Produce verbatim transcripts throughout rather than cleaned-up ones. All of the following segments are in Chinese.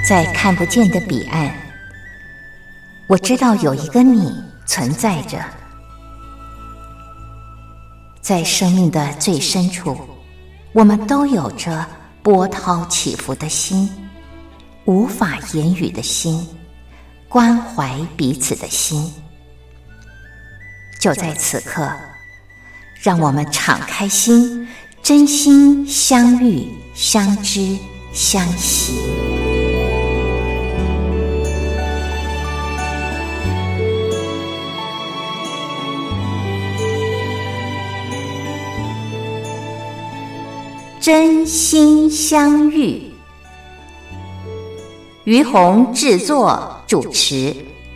在看不见的彼岸，我知道有一个你存在着。在生命的最深处，我们都有着波涛起伏的心，无法言语的心，关怀彼此的心。就在此刻，让我们敞开心，真心相遇、相知、相惜。真心相遇，于红制作主持。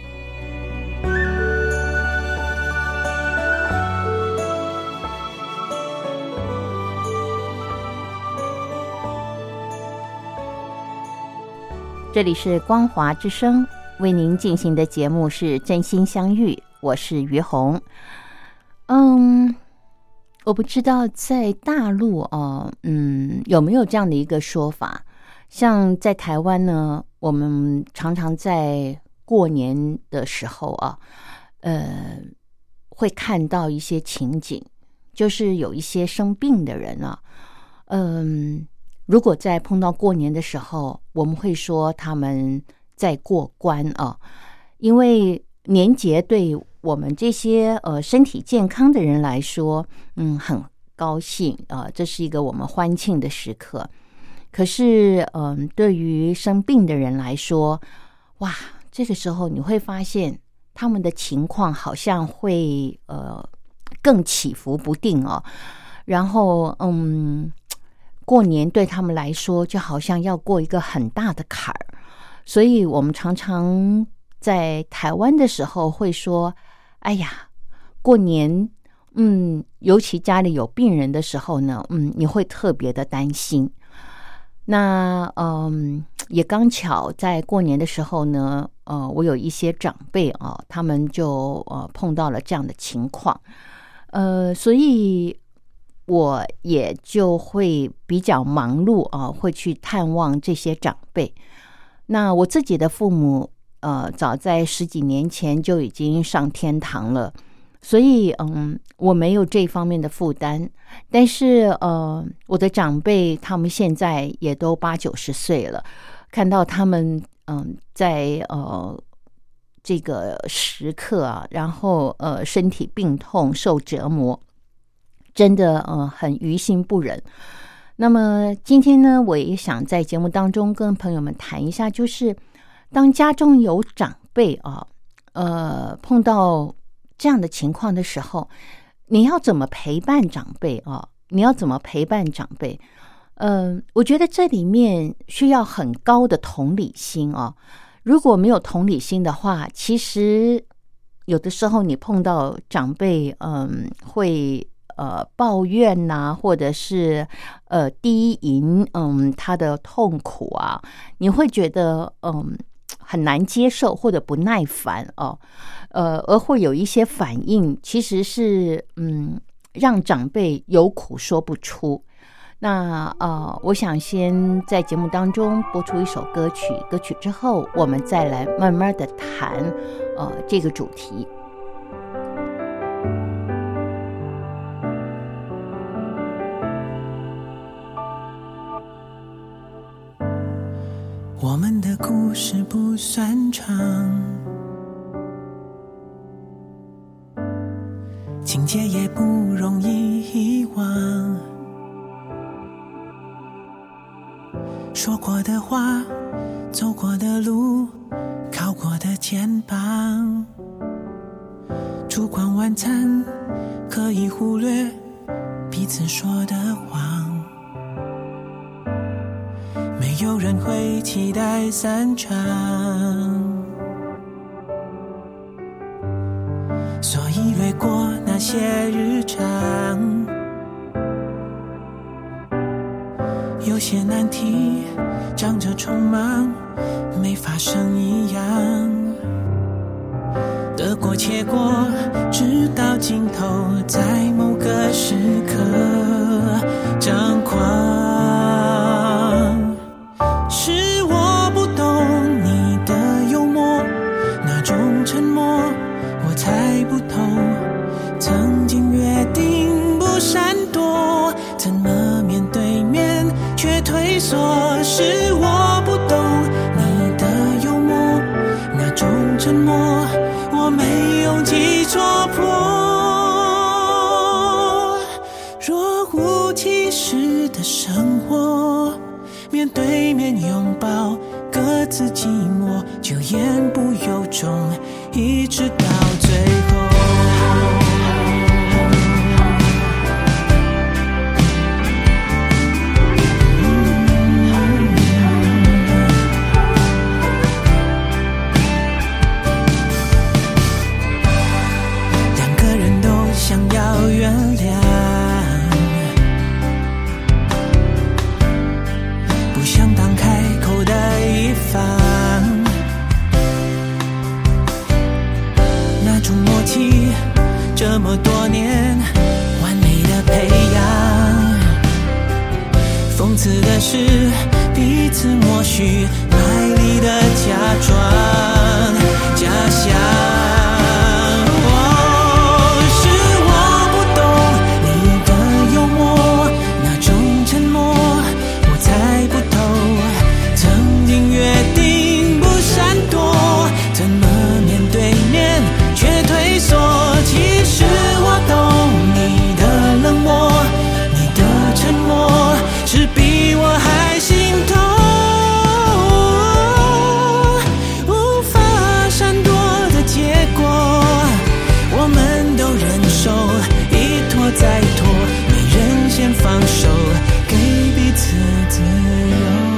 这里是光华之声，为您进行的节目是真心相遇，我是于红。嗯。我不知道在大陆哦，嗯，有没有这样的一个说法？像在台湾呢，我们常常在过年的时候啊，呃，会看到一些情景，就是有一些生病的人啊，嗯，如果在碰到过年的时候，我们会说他们在过关啊，因为年节对我们这些呃身体健康的人来说，嗯，很高兴啊、呃，这是一个我们欢庆的时刻。可是，嗯、呃，对于生病的人来说，哇，这个时候你会发现他们的情况好像会呃更起伏不定哦。然后，嗯，过年对他们来说就好像要过一个很大的坎儿，所以我们常常在台湾的时候会说，哎呀，过年，嗯，尤其家里有病人的时候呢，嗯，你会特别的担心。那嗯，也刚巧在过年的时候呢，呃，我有一些长辈啊，他们就呃碰到了这样的情况，呃，所以我也就会比较忙碌啊，会去探望这些长辈。那我自己的父母，呃，早在十几年前就已经上天堂了，所以嗯，我没有这方面的负担。但是呃，我的长辈他们现在也都八九十岁了，看到他们嗯在呃这个时刻啊，然后呃身体病痛受折磨，真的呃很于心不忍。那么今天呢，我也想在节目当中跟朋友们谈一下，就是当家中有长辈啊，呃，碰到这样的情况的时候，你要怎么陪伴长辈啊？你要怎么陪伴长辈？嗯、呃，我觉得这里面需要很高的同理心啊。如果没有同理心的话，其实有的时候你碰到长辈，嗯，会呃抱怨呐、啊，或者是呃低吟，嗯，他的痛苦啊，你会觉得嗯。很难接受或者不耐烦哦，呃，而会有一些反应，其实是嗯，让长辈有苦说不出。那呃，我想先在节目当中播出一首歌曲，歌曲之后我们再来慢慢的谈呃这个主题。 我们的故事不算长，情节也不容易遗忘，说过的话，走过的路，靠过的肩膀，烛光晚餐可以忽略彼此说的谎，没有人会期待散场，所以略过那些日常，有些难题长着匆忙，没发生一样，得过且过，直到尽头，在某个时刻张狂。是我不懂沉默，我没勇气戳破。若无其事的生活，面对面拥抱，各自寂寞，就言不由衷，一直到最后。两个人都想要原谅，不想当开口的一方，那种默契这么多年完美的培养。讽刺的是彼此默许卖力的假装假象。再拖，没人先放手，给彼此自由。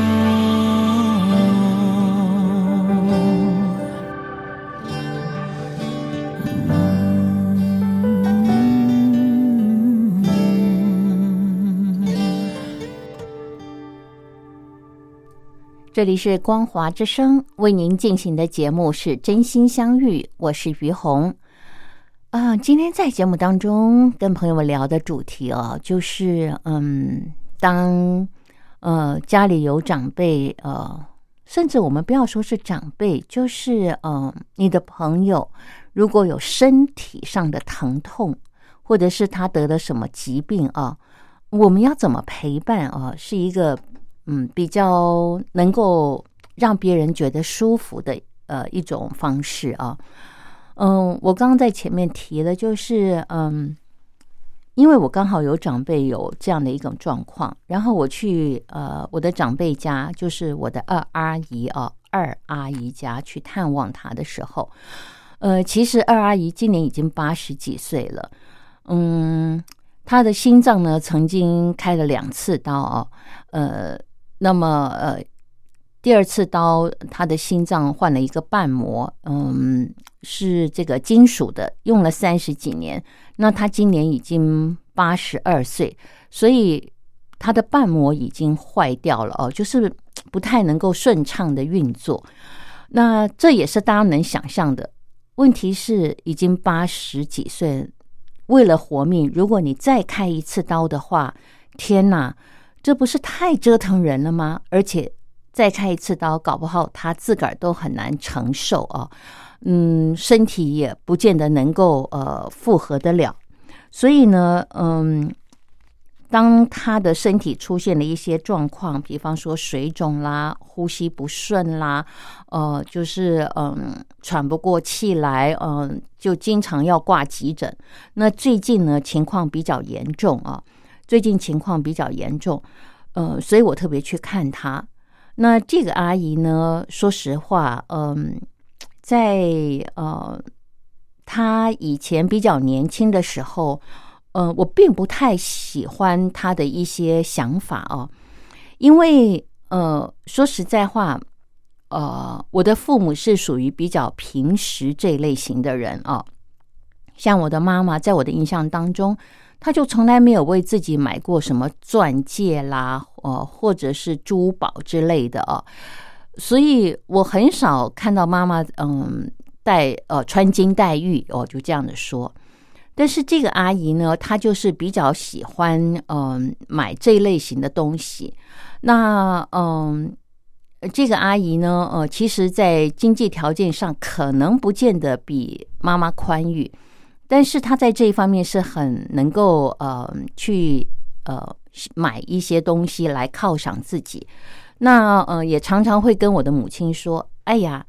这里是光华之声，为您进行的节目是真心相遇，我是于红。啊，今天在节目当中跟朋友们聊的主题哦，就是嗯，当呃家里有长辈，呃，甚至我们不要说是长辈，就是嗯、呃，你的朋友如果有身体上的疼痛，或者是他得了什么疾病啊，我们要怎么陪伴啊？是一个嗯比较能够让别人觉得舒服的呃一种方式啊。嗯，我刚刚在前面提的就是，嗯，因为我刚好有长辈有这样的一种状况，然后我去呃我的长辈家，就是我的二阿姨啊，二阿姨家去探望她的时候，呃，其实二阿姨今年已经八十几岁了，嗯，她的心脏呢曾经开了两次刀啊，呃，那么呃。第二次刀，他的心脏换了一个瓣膜，嗯，是这个金属的，用了三十几年。那他今年已经八十二岁，所以他的瓣膜已经坏掉了哦，就是不太能够顺畅的运作。那这也是大家能想象的。问题是，已经八十几岁，为了活命，如果你再开一次刀的话，天哪，这不是太折腾人了吗？而且再开一次刀，搞不好他自个儿都很难承受啊，嗯，身体也不见得能够呃复合得了。所以呢，嗯，当他的身体出现了一些状况，比方说水肿啦、呼吸不顺啦，呃，就是嗯喘不过气来，嗯，就经常要挂急诊。那最近呢，情况比较严重啊，最近情况比较严重，呃，所以我特别去看他。那这个阿姨呢，说实话，嗯，在呃，她以前比较年轻的时候，呃，我并不太喜欢她的一些想法哦，因为呃，说实在话，呃，我的父母是属于比较平实这类型的人哦，像我的妈妈，在我的印象当中，他就从来没有为自己买过什么钻戒啦，呃，或者是珠宝之类的啊，所以我很少看到妈妈嗯戴呃穿金戴玉哦，就这样的说。但是这个阿姨呢，她就是比较喜欢嗯、呃、买这类型的东西。那嗯、呃，这个阿姨呢，呃，其实在经济条件上可能不见得比妈妈宽裕。但是他在这一方面是很能够呃去呃买一些东西来犒赏自己。那呃也常常会跟我的母亲说：“哎呀，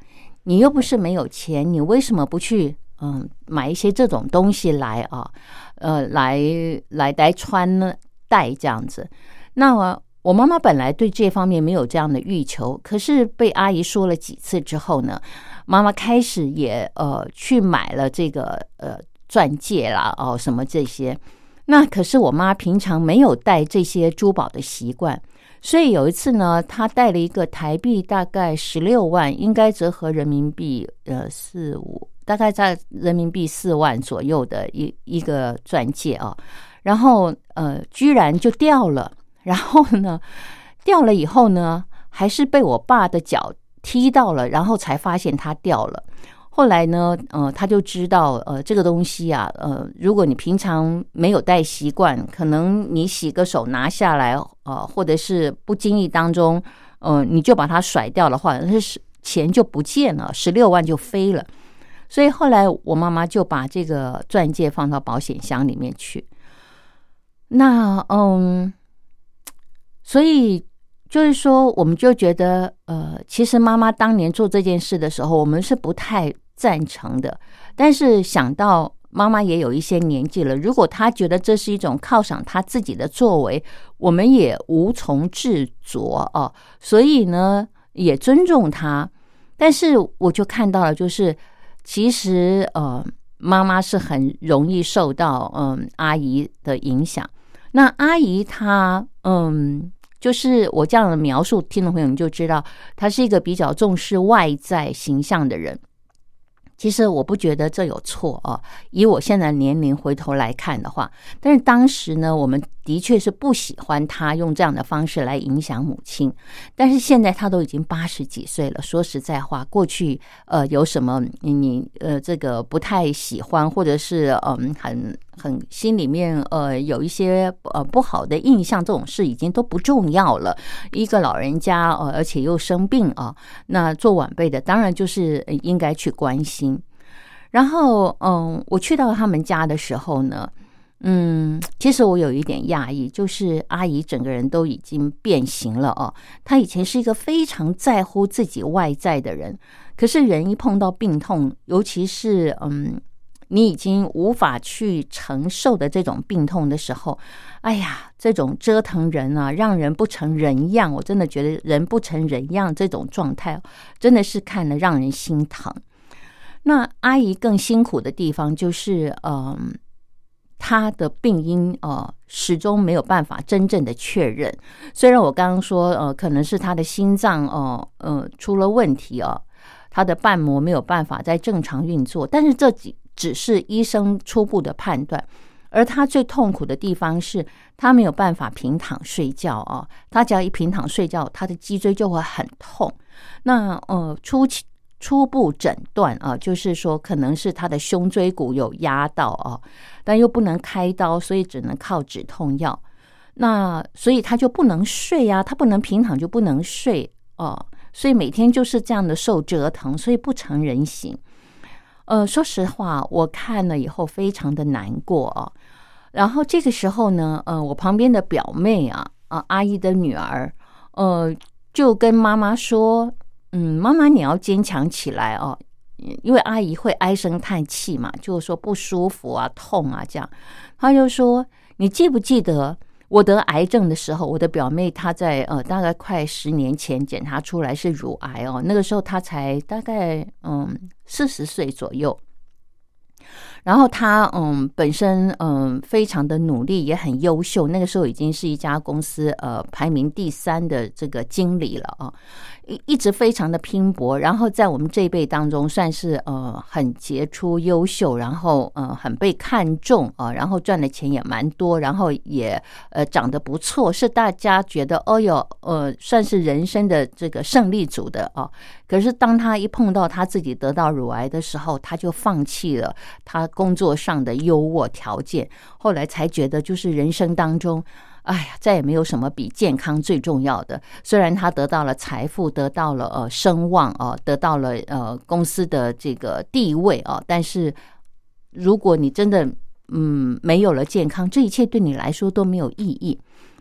你又不是没有钱，你为什么不去嗯买一些这种东西来啊，呃，来来来穿呢戴这样子？那我我妈妈本来对这方面没有这样的欲求，可是被阿姨说了几次之后呢，妈妈开始也呃去买了这个呃钻戒啦哦什么这些。那可是我妈平常没有戴这些珠宝的习惯，所以有一次呢，她带了一个台币大概十六万，应该折合人民币呃四五，大概在人民币四万左右的一一个钻戒啊，然后呃居然就掉了，然后呢掉了以后呢，还是被我爸的脚踢到了，然后才发现它掉了。后来呢，呃，他就知道，呃，这个东西啊，呃，如果你平常没有戴习惯，可能你洗个手拿下来，呃，或者是不经意当中，呃，你就把它甩掉的话，那是钱就不见了，十六万就飞了。所以后来我妈妈就把这个钻戒放到保险箱里面去。那嗯，所以就是说，我们就觉得，呃，其实妈妈当年做这件事的时候，我们是不太赞成的。但是想到妈妈也有一些年纪了，如果她觉得这是一种犒赏她自己的作为，我们也无从置酌哦。所以呢，也尊重她。但是我就看到了，就是其实呃，妈妈是很容易受到嗯阿姨的影响。那阿姨她嗯。就是我这样的描述，听众朋友你就知道，他是一个比较重视外在形象的人。其实我不觉得这有错啊，以我现在年龄回头来看的话，但是当时呢，我们的确是不喜欢他用这样的方式来影响母亲。但是现在他都已经八十几岁了，说实在话，过去呃有什么你呃这个不太喜欢，或者是嗯很很心里面呃有一些呃不好的印象，这种事已经都不重要了。一个老人家呃而且又生病啊，那做晚辈的当然就是应该去关心。然后嗯，我去到他们家的时候呢，嗯，其实我有一点讶异，就是阿姨整个人都已经变形了哦。她以前是一个非常在乎自己外在的人，可是人一碰到病痛，尤其是嗯你已经无法去承受的这种病痛的时候，哎呀，这种折腾人啊，让人不成人样，我真的觉得人不成人样这种状态，真的是看了让人心疼。那阿姨更辛苦的地方就是，嗯，她的病因呃始终没有办法真正的确认。虽然我刚刚说，呃，可能是她的心脏哦，呃，呃出了问题哦，她的瓣膜没有办法再正常运作，但是这几只是医生初步的判断。而她最痛苦的地方是，她没有办法平躺睡觉哦，她只要一平躺睡觉，她的脊椎就会很痛。那呃初期。初步诊断啊，就是说可能是他的胸椎骨有压到啊，但又不能开刀，所以只能靠止痛药。那所以他就不能睡啊，他不能平躺就不能睡哦，所以每天就是这样的受折腾，所以不成人形。呃，说实话，我看了以后非常的难过啊。然后这个时候呢，呃，我旁边的表妹啊，啊，阿姨的女儿，呃，就跟妈妈说。嗯，妈妈你要坚强起来哦，因为阿姨会唉声叹气嘛，就是说不舒服啊、痛啊这样。她就说：“你记不记得我得癌症的时候，我的表妹她在呃大概快十年前检查出来是乳癌哦，那个时候她才大概嗯四十岁左右。”然后他嗯本身嗯非常的努力，也很优秀，那个时候已经是一家公司呃排名第三的这个经理了啊，一一直非常的拼搏，然后在我们这一辈当中算是呃很杰出优秀，然后呃很被看重啊，然后赚的钱也蛮多，然后也呃长得不错，是大家觉得哦哟呃算是人生的这个胜利组的啊。可是当他一碰到他自己得到乳癌的时候，他就放弃了他工作上的优渥条件，后来才觉得就是人生当中哎呀再也没有什么比健康最重要的。虽然他得到了财富，得到了呃声望啊、呃，得到了呃公司的这个地位啊、呃，但是如果你真的嗯没有了健康，这一切对你来说都没有意义。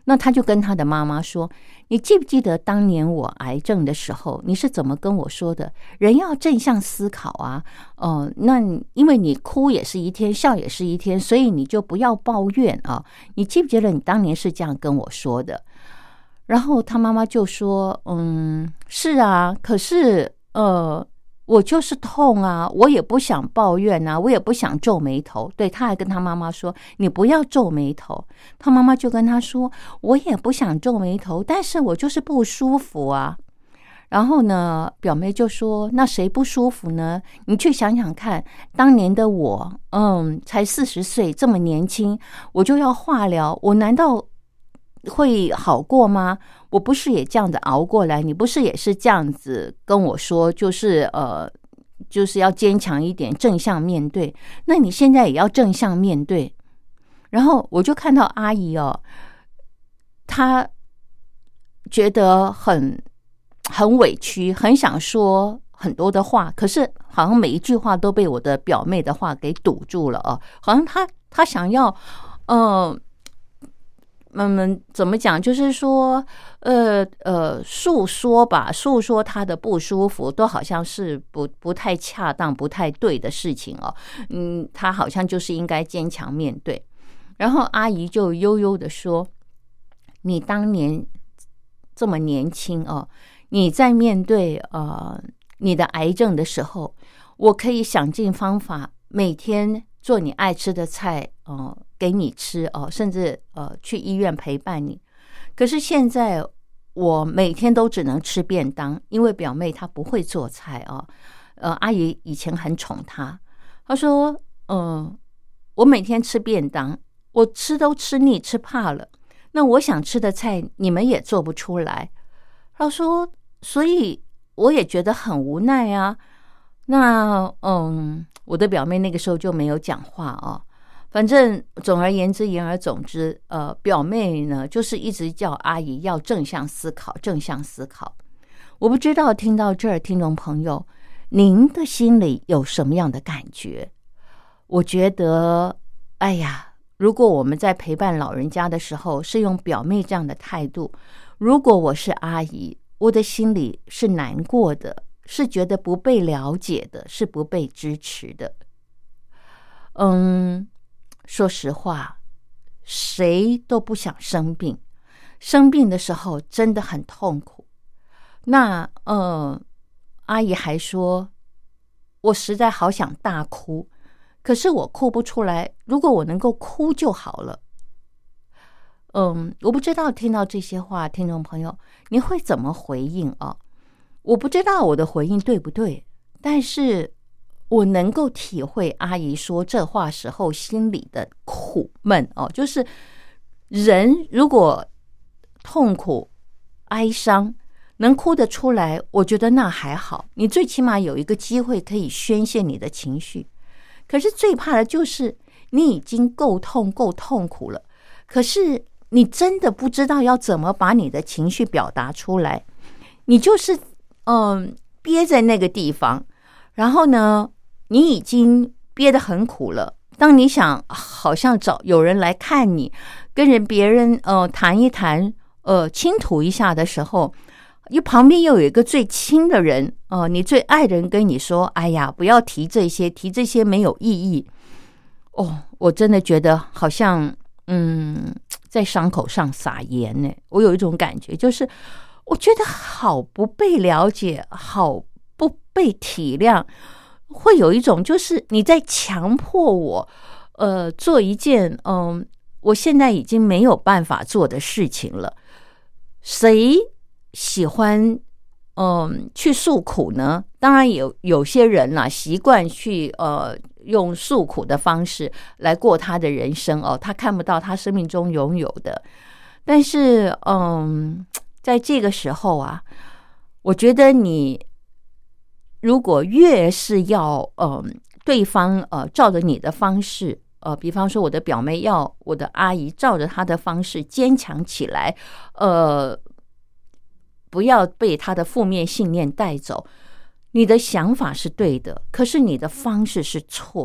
那他就跟他的妈妈说，你记不记得当年我癌症的时候，你是怎么跟我说的？人要正向思考啊，呃，那因为你哭也是一天，笑也是一天，所以你就不要抱怨啊。你记不记得你当年是这样跟我说的？然后他妈妈就说，嗯，是啊，可是呃。我就是痛啊，我也不想抱怨啊，我也不想皱眉头。对，他还跟他妈妈说，你不要皱眉头。他妈妈就跟他说，我也不想皱眉头，但是我就是不舒服啊。然后呢，表妹就说，那谁不舒服呢？你去想想看，当年的我，嗯，才四十岁，这么年轻，我就要化疗，我难道会好过吗？我不是也这样子熬过来，你不是也是这样子跟我说，就是呃，就是要坚强一点，正向面对。那你现在也要正向面对。然后我就看到阿姨哦，她觉得很很委屈，很想说很多的话，可是好像每一句话都被我的表妹的话给堵住了哦，好像她她想要呃。嗯，怎么讲？就是说，呃呃，诉说吧，诉说他的不舒服，都好像是不不太恰当、不太对的事情哦。嗯，他好像就是应该坚强面对。然后阿姨就悠悠的说：“你当年这么年轻哦，你在面对呃你的癌症的时候，我可以想尽方法，每天做你爱吃的菜哦。”给你吃哦，甚至呃去医院陪伴你。可是现在我每天都只能吃便当，因为表妹她不会做菜哦。呃，阿姨以前很宠她，她说，嗯、呃，我每天吃便当，我吃都吃腻，吃怕了。那我想吃的菜你们也做不出来。她说，所以我也觉得很无奈啊。那嗯，我的表妹那个时候就没有讲话哦。反正总而言之，言而总之，呃，表妹呢，就是一直叫阿姨要正向思考，正向思考。我不知道听到这儿，听众朋友，您的心里有什么样的感觉？我觉得，哎呀，如果我们在陪伴老人家的时候是用表妹这样的态度，如果我是阿姨，我的心里是难过的，是觉得不被了解的，是不被支持的。嗯。说实话，谁都不想生病，生病的时候真的很痛苦。那呃，阿姨还说，我实在好想大哭，可是我哭不出来。如果我能够哭就好了。嗯，我不知道听到这些话，听众朋友你会怎么回应啊？我不知道我的回应对不对，但是我能够体会阿姨说这话时候心里的苦闷哦，就是人如果痛苦、哀伤，能哭得出来，我觉得那还好，你最起码有一个机会可以宣泄你的情绪。可是最怕的就是你已经够痛、够痛苦了，可是你真的不知道要怎么把你的情绪表达出来，你就是嗯憋在那个地方，然后呢？你已经憋得很苦了，当你想好像找有人来看你，跟人别人呃谈一谈，呃倾吐一下的时候，又旁边又有一个最亲的人，呃你最爱的人跟你说，哎呀，不要提这些，提这些没有意义。哦，我真的觉得好像嗯在伤口上撒盐呢。我有一种感觉，就是我觉得好不被了解，好不被体谅。会有一种就是你在强迫我呃做一件嗯我现在已经没有办法做的事情了。谁喜欢嗯去诉苦呢？当然有有些人啦、啊、习惯去呃用诉苦的方式来过他的人生哦，他看不到他生命中拥有的。但是嗯在这个时候啊，我觉得你如果越是要呃对方呃照着你的方式呃比方说我的表妹要我的阿姨照着她的方式坚强起来，呃不要被她的负面信念带走，你的想法是对的，可是你的方式是错的。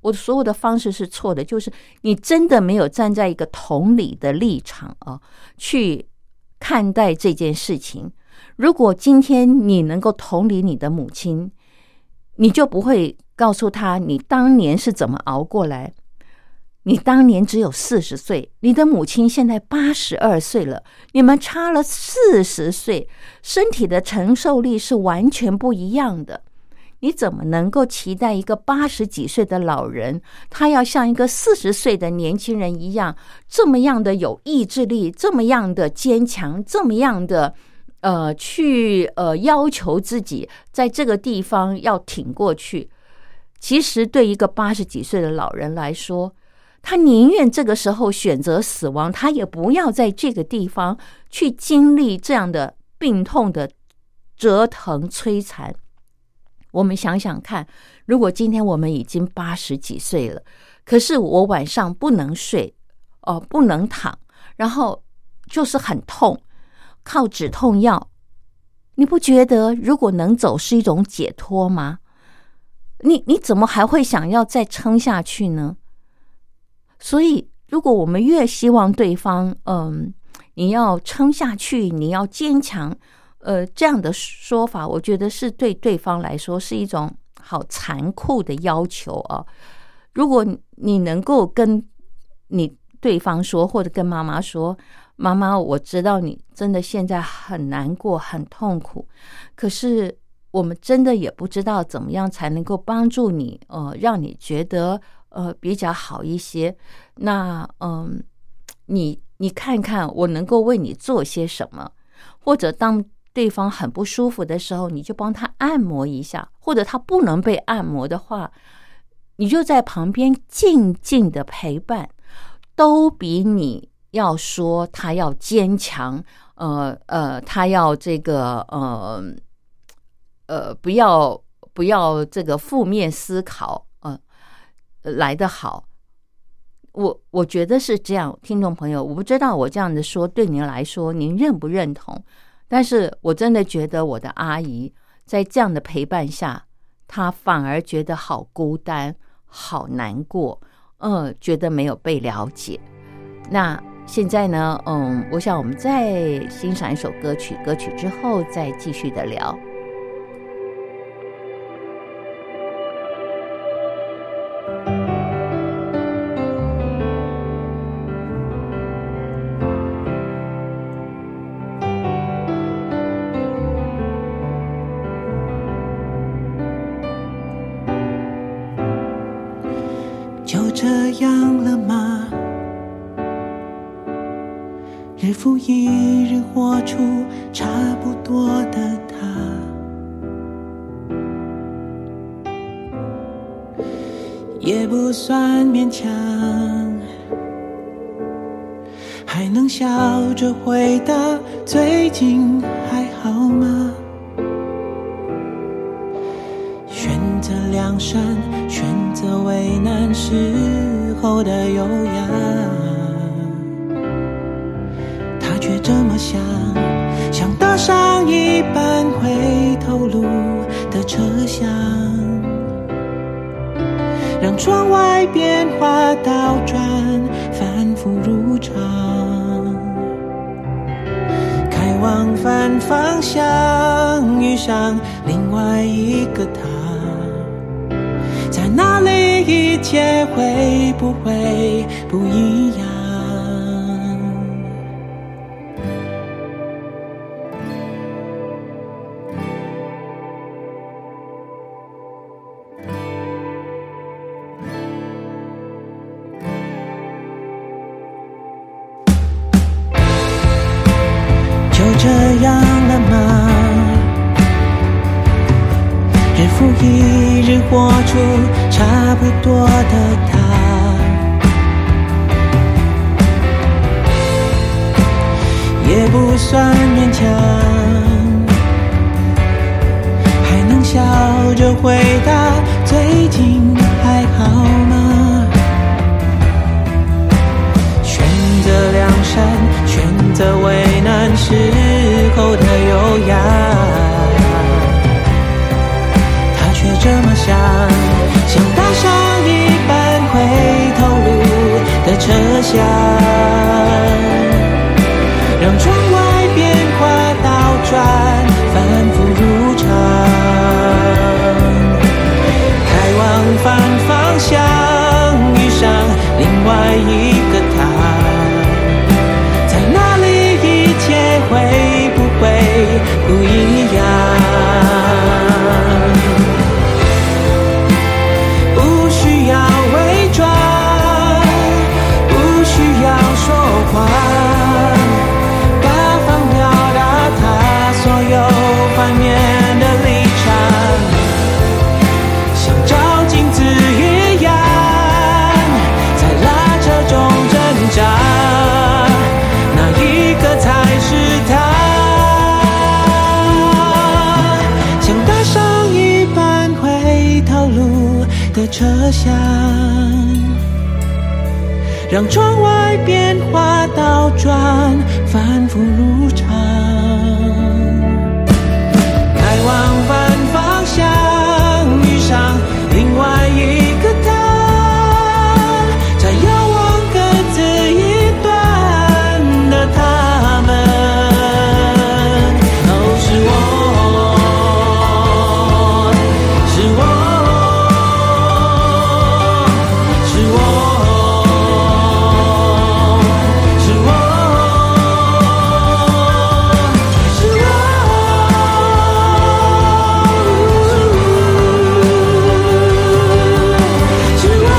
我所有的方式是错的，就是你真的没有站在一个同理的立场啊，去看待这件事情。如果今天你能够同理你的母亲，你就不会告诉她你当年是怎么熬过来。你当年只有四十岁，你的母亲现在八十二岁了，你们差了四十岁，身体的承受力是完全不一样的。你怎么能够期待一个八十几岁的老人，他要像一个四十岁的年轻人一样，这么样的有意志力，这么样的坚强，这么样的呃去呃要求自己在这个地方要挺过去？其实对一个八十几岁的老人来说，他宁愿这个时候选择死亡，他也不要在这个地方去经历这样的病痛的折腾摧残。我们想想看，如果今天我们已经八十几岁了，可是我晚上不能睡，哦、呃，不能躺，然后就是很痛，靠止痛药，你不觉得如果能走是一种解脱吗？你你怎么还会想要再撑下去呢？所以，如果我们越希望对方，嗯，你要撑下去，你要坚强。呃，这样的说法，我觉得是对对方来说是一种好残酷的要求啊。如果你能够跟你对方说，或者跟妈妈说，妈妈，我知道你真的现在很难过、很痛苦，可是我们真的也不知道怎么样才能够帮助你，呃，让你觉得呃比较好一些。那嗯，你你看看我能够为你做些什么，或者当对方很不舒服的时候，你就帮他按摩一下，或者他不能被按摩的话，你就在旁边静静的陪伴，都比你要说他要坚强，呃呃，他要这个呃呃不要不要这个负面思考，呃来得好。我我觉得是这样，听众朋友，我不知道我这样的说对您来说您认不认同？但是我真的觉得我的阿姨在这样的陪伴下，她反而觉得好孤单，好难过，呃，觉得没有被了解。那现在呢，嗯，我想我们再欣赏一首歌曲，歌曲之后再继续的聊。 这样了吗？日复一日活出差不多的他，也不算勉强，还能笑着回答最近还好吗？选择良善，选择为难时候的优雅，他却这么想，像搭上一班回头路的车厢，让窗外变化倒转，反复如常，开往反方向，遇上另外一个他，在那里一切会不会不一样？就这样了吗？日复一日活出差不多的他，也不算勉强，还能笑着回答最近还好吗？选择良善，选择为难时候的优雅，却这么想，像搭上一班车厢，让窗外变化倒转，反复如常，开往反方向，遇上另外一个他，在那里一切会不会不一样？不需要伪装，不需要说谎，大方表达他所有反面的立场，像照镜子一样，在拉扯中挣扎，哪一个才是他？像搭上一班回头路的车厢，让窗外变化倒转，反复如常，开往反方向，遇上另外一个他，在遥望各自一端的他们。哦，是我，是我，是我，是我，是我，是我。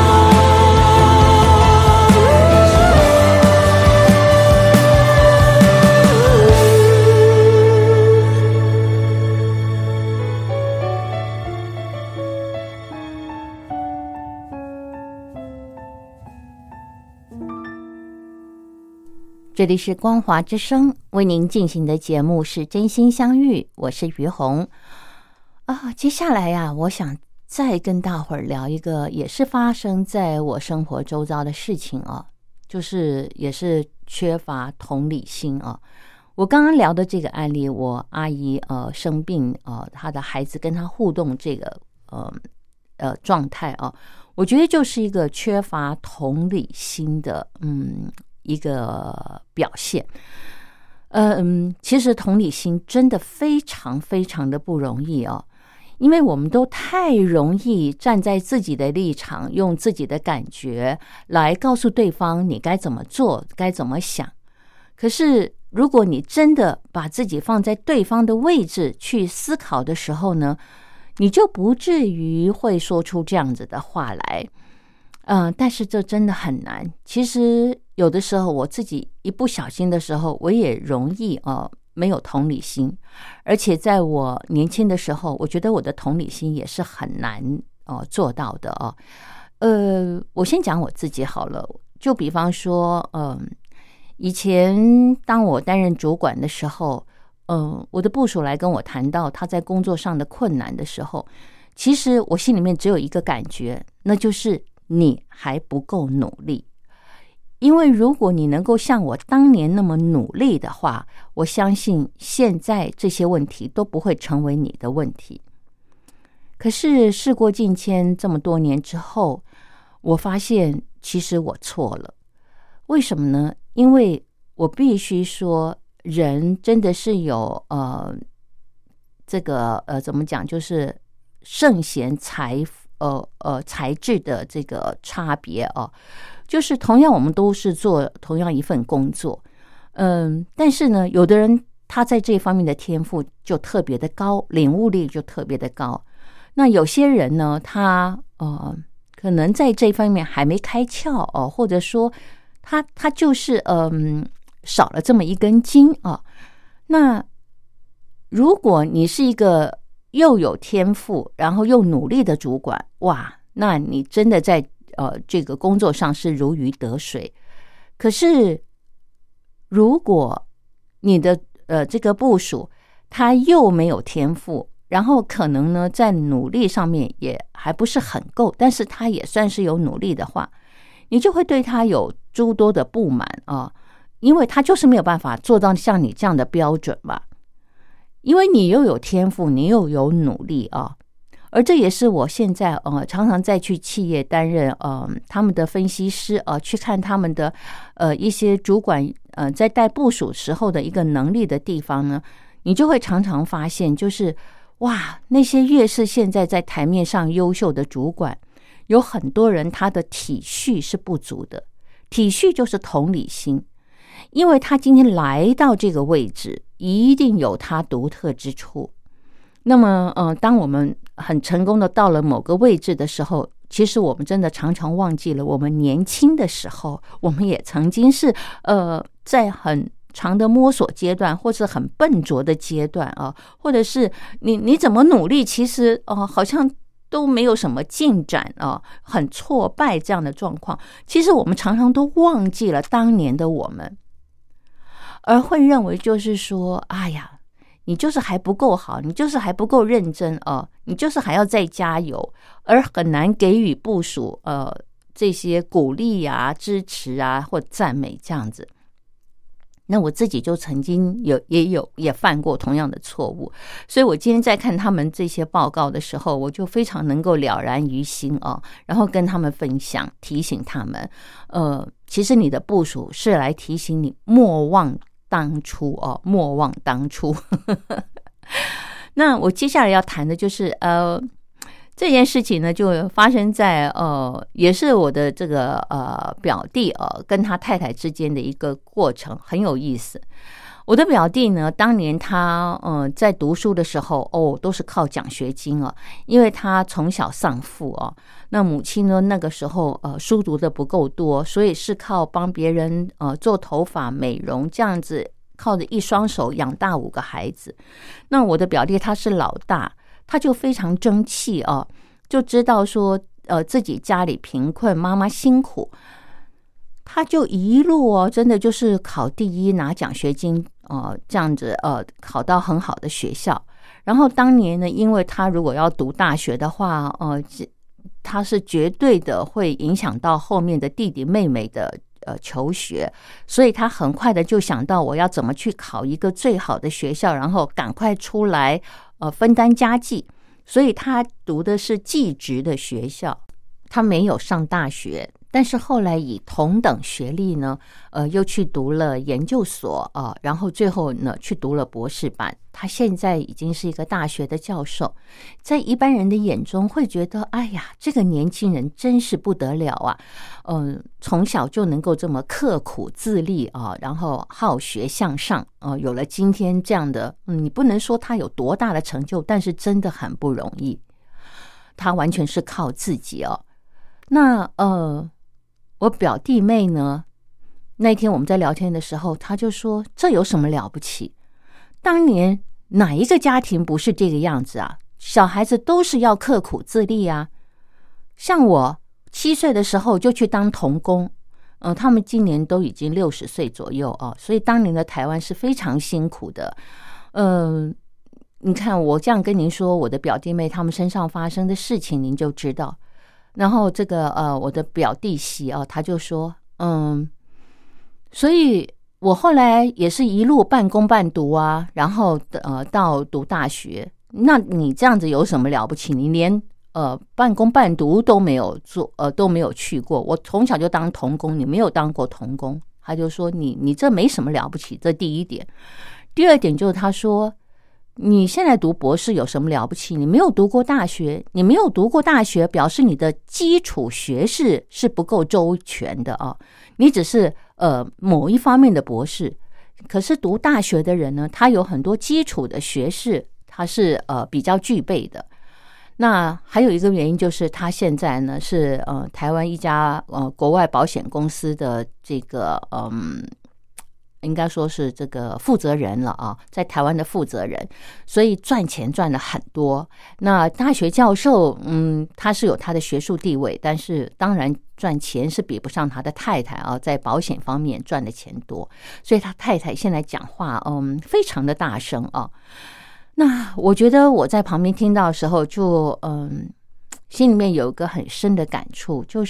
这里是光华之声，为您进行的节目是真心相遇，我是于红啊。接下来呀、啊，我想再跟大伙儿聊一个也是发生在我生活周遭的事情啊，就是也是缺乏同理心啊。我刚刚聊的这个案例，我阿姨呃生病呃，她的孩子跟她互动这个呃呃状态啊，我觉得就是一个缺乏同理心的嗯。一个表现，嗯，其实同理心真的非常非常的不容易哦，因为我们都太容易站在自己的立场，用自己的感觉来告诉对方你该怎么做，该怎么想。可是如果你真的把自己放在对方的位置去思考的时候呢，你就不至于会说出这样子的话来。嗯，但是这真的很难。其实有的时候我自己一不小心的时候，我也容易呃没有同理心，而且在我年轻的时候，我觉得我的同理心也是很难哦、呃、做到的哦。呃，我先讲我自己好了，就比方说，嗯、呃，以前当我担任主管的时候，嗯、呃，我的部属来跟我谈到他在工作上的困难的时候，其实我心里面只有一个感觉，那就是你还不够努力。因为如果你能够像我当年那么努力的话，我相信现在这些问题都不会成为你的问题。可是事过境迁这么多年之后，我发现其实我错了。为什么呢？因为我必须说，人真的是有呃这个呃怎么讲，就是圣贤才呃呃才智的这个差别哦。就是同样我们都是做同样一份工作，嗯，但是呢，有的人他在这方面的天赋就特别的高，领悟力就特别的高。那有些人呢，他呃可能在这方面还没开窍哦，或者说他他就是嗯、呃、少了这么一根筋啊。那如果你是一个又有天赋，然后又努力的主管，哇，那你真的在呃，这个工作上是如鱼得水。可是如果你的呃这个部属他又没有天赋，然后可能呢在努力上面也还不是很够，但是他也算是有努力的话，你就会对他有诸多的不满啊，因为他就是没有办法做到像你这样的标准吧。因为你又有天赋，你又有努力啊， 而这也是我现在呃常常再去企业担任呃他们的分析师呃去看他们的呃一些主管呃在带部署时候的一个能力的地方呢，你就会常常发现，就是哇，那些越是现在在台面上优秀的主管，有很多人他的体恤是不足的。体恤就是同理心，因为他今天来到这个位置，一定有他独特之处。那么呃，当我们很成功的到了某个位置的时候，其实我们真的常常忘记了，我们年轻的时候，我们也曾经是呃在很长的摸索阶段，或是很笨拙的阶段啊，或者是你你怎么努力，其实呃好像都没有什么进展啊，很挫败这样的状况。其实我们常常都忘记了当年的我们，而会认为就是说，哎呀，你就是还不够好，你就是还不够认真哦，你就是还要再加油，而很难给予部属呃这些鼓励啊、支持啊或赞美这样子。那我自己就曾经有也有也犯过同样的错误，所以我今天在看他们这些报告的时候，我就非常能够了然于心哦，然后跟他们分享，提醒他们，呃，其实你的部属是来提醒你莫忘当初哦，莫忘当初。那我接下来要谈的就是呃。这件事情呢，就发生在呃，也是我的这个呃表弟呃跟他太太之间的一个过程，很有意思。我的表弟呢，当年他呃在读书的时候哦，都是靠奖学金哦，因为他从小丧父哦，那母亲呢那个时候呃书读的不够多，所以是靠帮别人呃做头发美容这样子，靠着一双手养大五个孩子。那我的表弟他是老大。他就非常争气哦，就知道说呃自己家里贫困，妈妈辛苦，他就一路哦，真的就是考第一，拿奖学金呃这样子呃考到很好的学校。然后当年呢，因为他如果要读大学的话，呃他是绝对的会影响到后面的弟弟妹妹的呃求学，所以他很快的就想到我要怎么去考一个最好的学校，然后赶快出来。呃，分担家计，所以他读的是技职的学校，他没有上大学，但是后来以同等学历呢，呃，又去读了研究所啊、呃，然后最后呢去读了博士班。他现在已经是一个大学的教授，在一般人的眼中会觉得，哎呀，这个年轻人真是不得了啊！嗯、呃，从小就能够这么刻苦自立啊，然后好学向上啊、呃，有了今天这样的，嗯，你不能说他有多大的成就，但是真的很不容易。他完全是靠自己哦。那呃，我表弟妹呢，那天我们在聊天的时候，他就说：“这有什么了不起？当年哪一个家庭不是这个样子啊？小孩子都是要刻苦自立啊。像我七岁的时候就去当童工，嗯、呃，他们今年都已经六十岁左右哦，所以当年的台湾是非常辛苦的。嗯、呃，你看我这样跟您说，我的表弟妹他们身上发生的事情，您就知道。然后这个呃，我的表弟媳啊，他就说，嗯，所以。”我后来也是一路半工半读啊，然后呃到读大学。那你这样子有什么了不起？你连呃半工半读都没有做，呃都没有去过。我从小就当童工，你没有当过童工。他就说你你这没什么了不起，这第一点。第二点就是他说你现在读博士有什么了不起？你没有读过大学，你没有读过大学，表示你的基础学识是不够周全的啊。你只是呃某一方面的博士，可是读大学的人呢，他有很多基础的学识，他是呃比较具备的。那还有一个原因就是他现在呢是呃台湾一家呃国外保险公司的这个嗯。应该说是这个负责人了啊，在台湾的负责人，所以赚钱赚了很多。那大学教授，嗯，他是有他的学术地位，但是当然赚钱是比不上他的太太啊，在保险方面赚的钱多，所以他太太现在讲话，嗯，非常的大声啊。那我觉得我在旁边听到的时候就，就嗯，心里面有一个很深的感触，就是。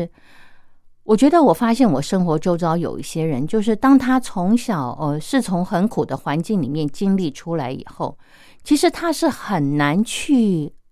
我觉得我发现我生活周遭有一些人，就是当他从小呃是从很苦的环境里面经历出来以后，其实他是很难去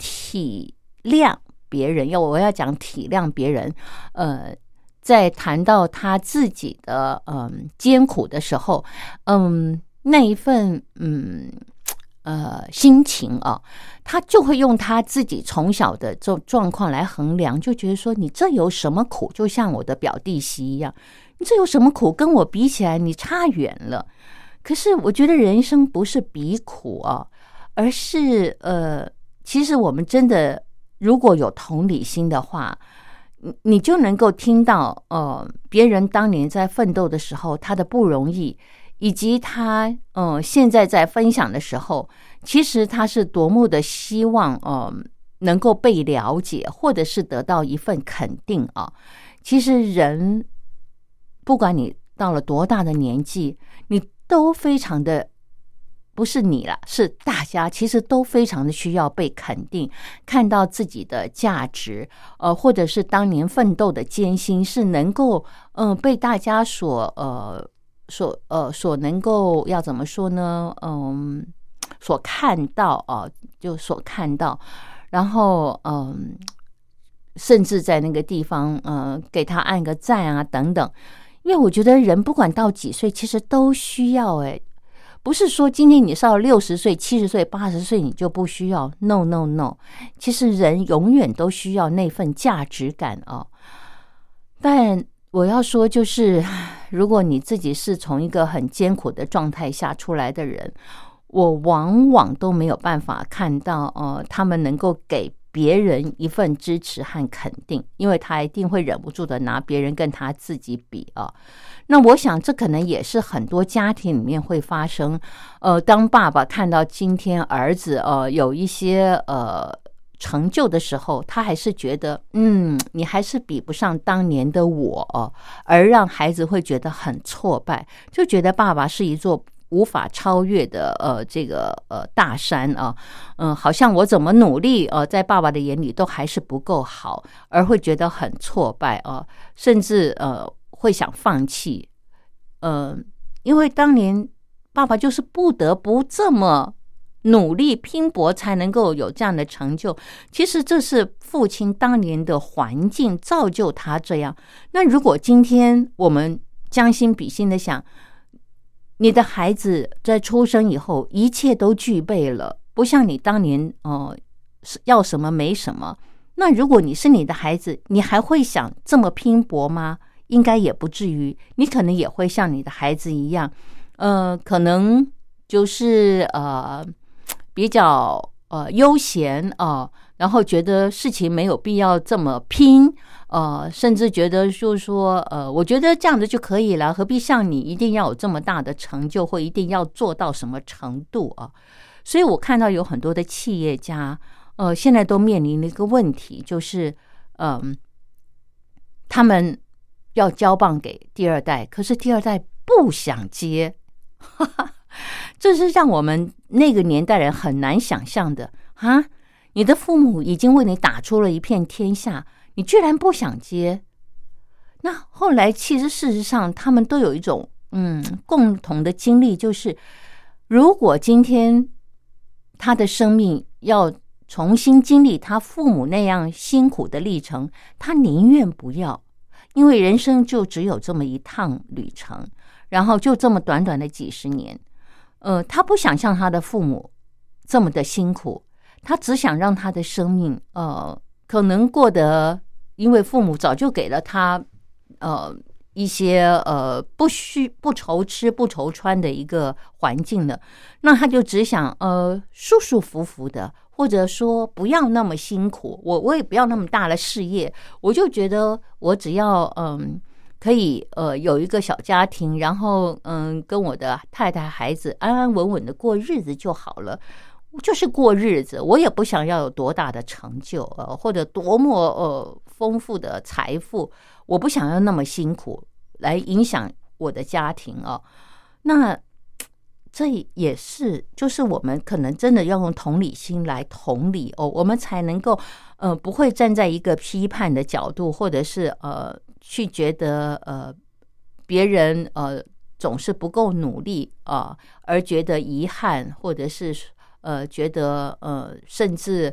体谅别人，要我要讲体谅别人，呃，在谈到他自己的嗯艰苦的时候，嗯，那一份嗯呃心情啊，他就会用他自己从小的这种状况来衡量，就觉得说你这有什么苦，就像我的表弟媳一样，你这有什么苦，跟我比起来你差远了。可是我觉得人生不是比苦啊，而是呃，其实我们真的如果有同理心的话，你就能够听到呃别人当年在奋斗的时候他的不容易，以及他呃现在在分享的时候，其实他是多么的希望呃能够被了解，或者是得到一份肯定啊。其实人不管你到了多大的年纪，你都非常的，不是你啦，是大家其实都非常的需要被肯定，看到自己的价值，呃，或者是当年奋斗的艰辛是能够嗯、呃、被大家所呃所呃所能够要怎么说呢？嗯，所看到啊、呃，就所看到，然后嗯、呃，甚至在那个地方嗯、呃、给他按个赞啊等等。因为我觉得人不管到几岁，其实都需要诶，不是说今天你是到六十岁、七十岁、八十岁你就不需要 ，no no no， 其实人永远都需要那份价值感哦。但我要说，就是如果你自己是从一个很艰苦的状态下出来的人，我往往都没有办法看到呃，他们能够给别人一份支持和肯定，因为他一定会忍不住的拿别人跟他自己比啊。那我想这可能也是很多家庭里面会发生，呃，当爸爸看到今天儿子呃有一些呃成就的时候，他还是觉得嗯你还是比不上当年的我哦，而让孩子会觉得很挫败，就觉得爸爸是一座无法超越的呃这个呃大山啊，嗯、呃，好像我怎么努力呃在爸爸的眼里都还是不够好，而会觉得很挫败啊，甚至呃会想放弃，呃，因为当年爸爸就是不得不这么努力拼搏才能够有这样的成就，其实这是父亲当年的环境造就他这样。那如果今天我们将心比心的想，你的孩子在出生以后一切都具备了，不像你当年呃要什么没什么，那如果你是你的孩子，你还会想这么拼搏吗？应该也不至于，你可能也会像你的孩子一样，呃，可能就是呃比较呃悠闲啊、呃，然后觉得事情没有必要这么拼。呃，甚至觉得就是说，呃，我觉得这样子就可以了，何必像你一定要有这么大的成就，或一定要做到什么程度啊？所以我看到有很多的企业家，呃，现在都面临了一个问题，就是，嗯、呃，他们要交棒给第二代，可是第二代不想接，哈哈，这是让我们那个年代人很难想象的啊！你的父母已经为你打出了一片天下。你居然不想接，那后来其实事实上他们都有一种嗯共同的经历，就是如果今天他的生命要重新经历他父母那样辛苦的历程，他宁愿不要，因为人生就只有这么一趟旅程，然后就这么短短的几十年，呃，他不想像他的父母这么的辛苦，他只想让他的生命呃可能过得，因为父母早就给了他呃一些呃不需不愁吃不愁穿的一个环境了，那他就只想呃舒舒服服的，或者说不要那么辛苦，我我也不要那么大的事业，我就觉得我只要嗯、呃、可以呃有一个小家庭，然后嗯、呃、跟我的太太孩子安安稳稳的过日子就好了。就是过日子，我也不想要有多大的成就，呃，或者多么呃丰富的财富，我不想要那么辛苦来影响我的家庭哦。那这也是，就是我们可能真的要用同理心来同理哦，我们才能够呃不会站在一个批判的角度，或者是呃去觉得呃别人呃总是不够努力啊、呃，而觉得遗憾，或者是。呃，觉得呃，甚至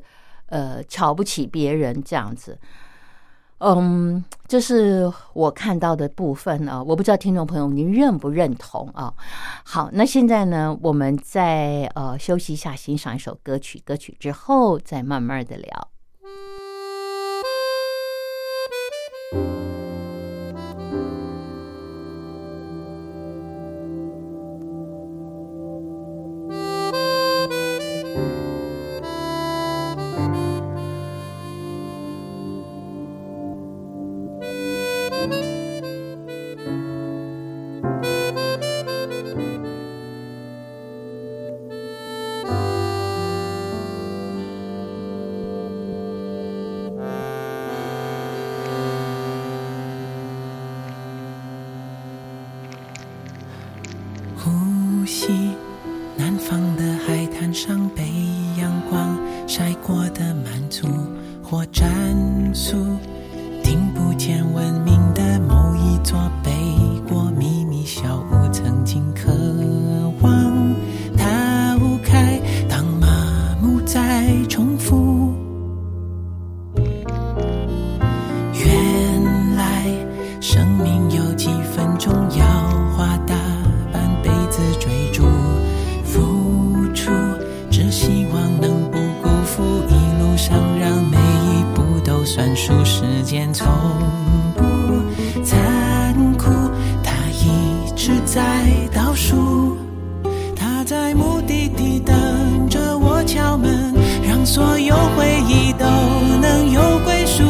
呃瞧不起别人这样子。嗯，这是我看到的部分啊，我不知道听众朋友您认不认同啊？好，那现在呢，我们再呃休息一下，欣赏一首歌曲，歌曲之后再慢慢的聊。 呼吸南方的海滩上被阳光晒过的满足或战术，听不见文明的某一座北国秘密小屋，曾经渴望逃开，当麻木在重复。原来生命有几分钟要花大辈子追逐付出，只希望能不辜负，一路上让每一步都算数，时间从不残酷，它一直在倒数，它在目的地等着我敲门，让所有回忆都能有归属，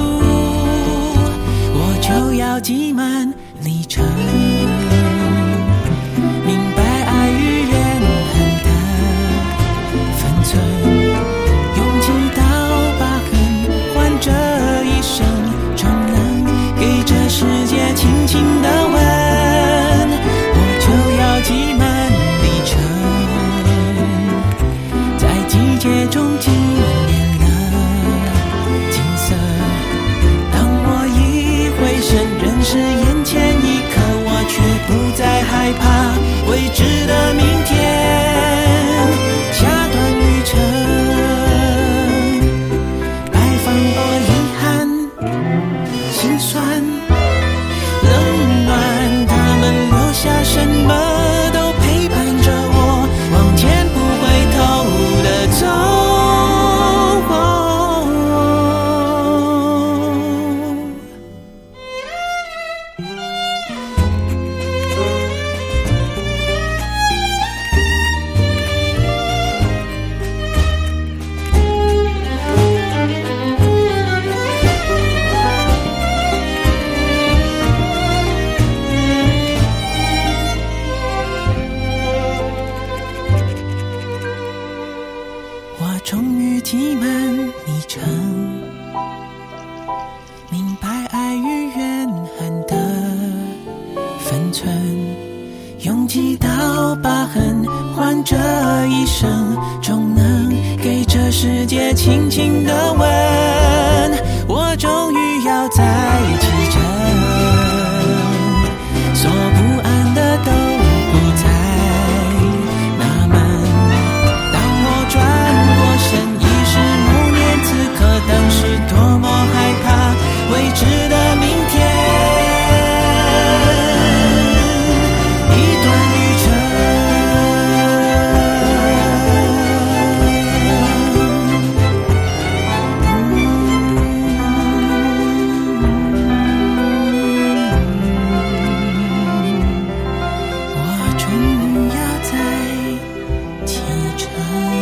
我就要挤满里程，世界轻轻的吻，我就要挤满里程，在季节中纪念了景色，当我一回身认识眼前一刻，我却不再害怕未知的明天，下段旅程摆放过遗憾心酸下什么都陪伴着我往前不回头的走，终于挤满里程，明白爱与怨恨的分寸，用几道疤痕换这一生，终能给这世界轻轻的吻，我终于要在启程，所不安的都不在那门，当我转神已是某年此刻，当时多么害怕未知的明天，一段旅程，我终于要在启程。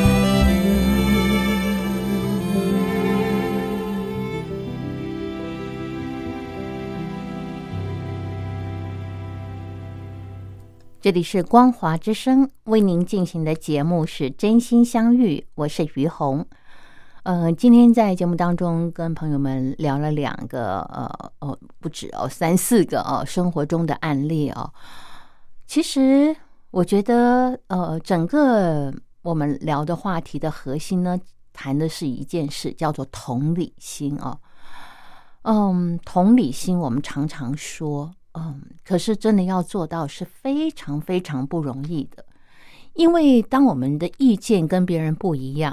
这里是光华之声，为您进行的节目是真心相遇，我是于红。呃，今天在节目当中跟朋友们聊了两个呃哦不止哦三四个哦生活中的案例哦。其实我觉得呃整个我们聊的话题的核心呢，谈的是一件事，叫做同理心哦。嗯，同理心我们常常说。嗯，可是真的要做到是非常非常不容易的，因为当我们的意见跟别人不一样，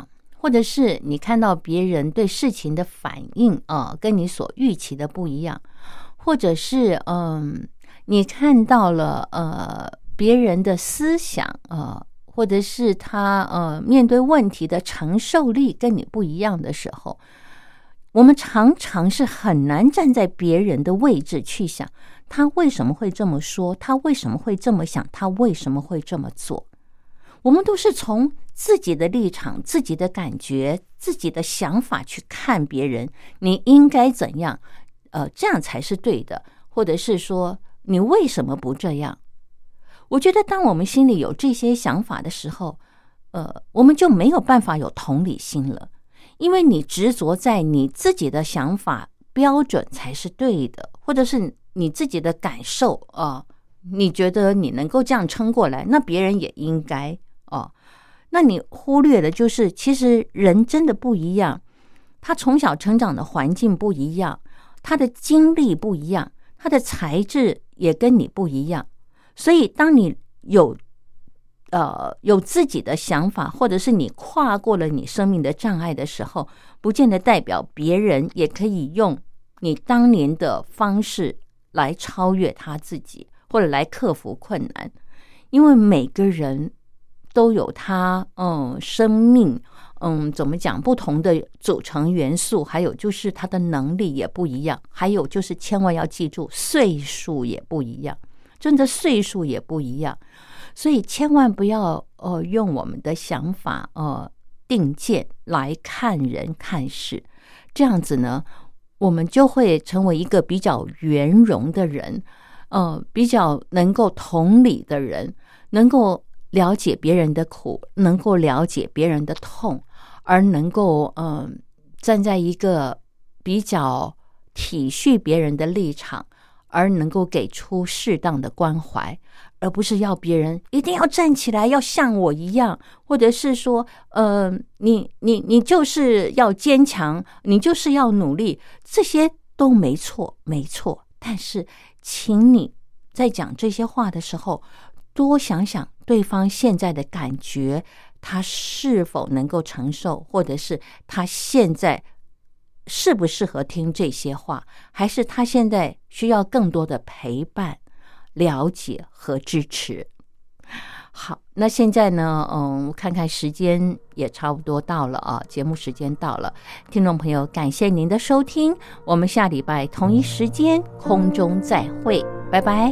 或者是你看到别人对事情的反应啊、呃，跟你所预期的不一样，或者是嗯，你看到了呃别人的思想啊、呃，或者是他呃面对问题的承受力跟你不一样的时候，我们常常是很难站在别人的位置去想，他为什么会这么说，他为什么会这么想，他为什么会这么做。我们都是从自己的立场、自己的感觉、自己的想法去看别人，你应该怎样，呃，这样才是对的，或者是说你为什么不这样。我觉得当我们心里有这些想法的时候，呃，我们就没有办法有同理心了，因为你执着在你自己的想法标准才是对的，或者是你自己的感受啊、呃，你觉得你能够这样撑过来，那别人也应该哦。那你忽略的就是，其实人真的不一样，他从小成长的环境不一样，他的经历不一样，他的才智也跟你不一样。所以当你有呃有自己的想法，或者是你跨过了你生命的障碍的时候，不见得代表别人也可以用你当年的方式来超越他自己，或者来克服困难。因为每个人都有他嗯生命嗯怎么讲不同的组成元素，还有就是他的能力也不一样，还有就是千万要记住岁数也不一样，真的岁数也不一样。所以千万不要呃用我们的想法呃定见来看人看事，这样子呢我们就会成为一个比较圆融的人，呃比较能够同理的人，能够了解别人的苦，能够了解别人的痛，而能够嗯、呃、站在一个比较体恤别人的立场，而能够给出适当的关怀，而不是要别人一定要站起来要像我一样，或者是说呃你你你就是要坚强，你就是要努力，这些都没错没错。但是请你在讲这些话的时候多想想对方现在的感觉，他是否能够承受，或者是他现在适不适合听这些话，还是他现在需要更多的陪伴、了解和支持。好，那现在呢嗯，看看时间也差不多到了啊，节目时间到了。听众朋友，感谢您的收听，我们下礼拜同一时间空中再会，拜拜。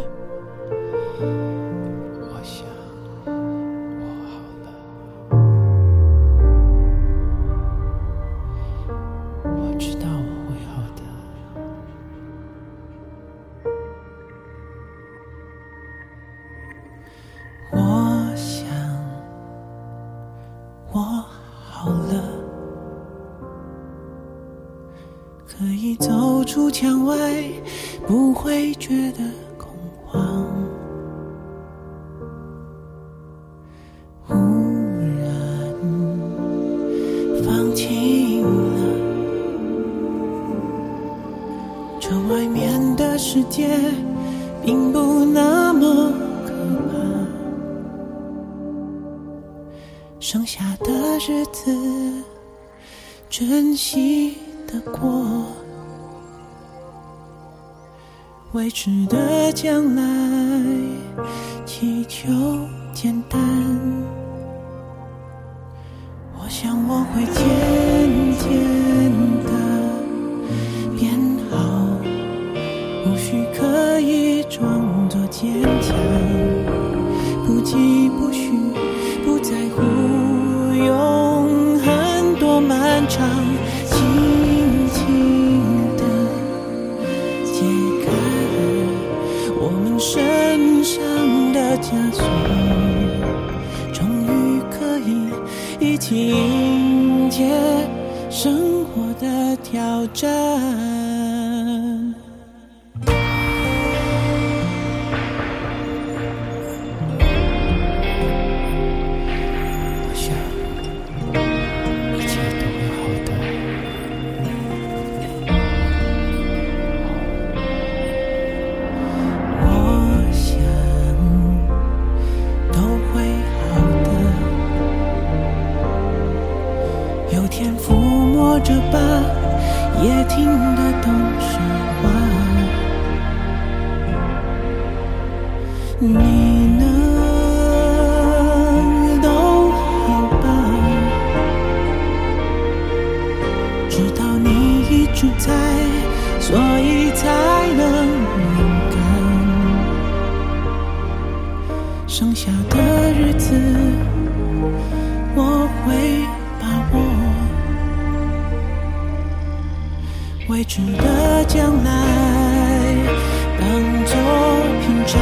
出墙外不会觉得恐慌，忽然放晴了，这外面的世界并不那么可怕，剩下的日子珍惜的过，未知的将来祈求简单，我想我会渐渐的变好，无需刻意装作坚强，不疾不徐，不在乎永恒多漫长，轻轻身上的枷锁，终于可以一起迎接生活的挑战。 剩下的日子我会把握，未知的将来当作屏障。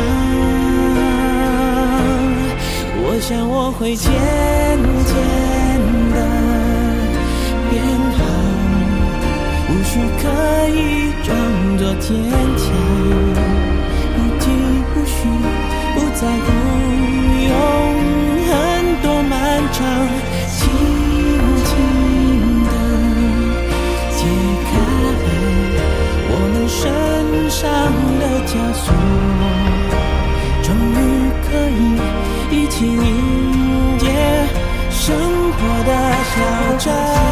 我想我会渐渐的变好，无需刻意装作坚强，不急不徐，不在乎永恒多漫长，轻轻的解开我们身上的枷锁，终于可以一起迎接生活的挑战。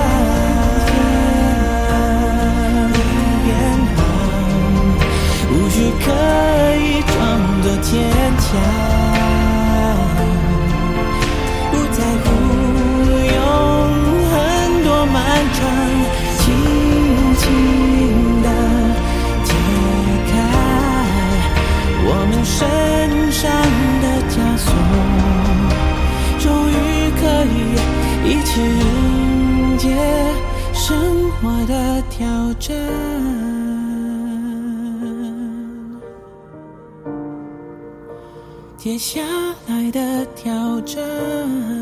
变好，无需刻意装作坚强，不在乎永恒多漫长，轻轻的解开我们身上的枷锁，终于可以一起迎接生活的挑战。接下来的挑战。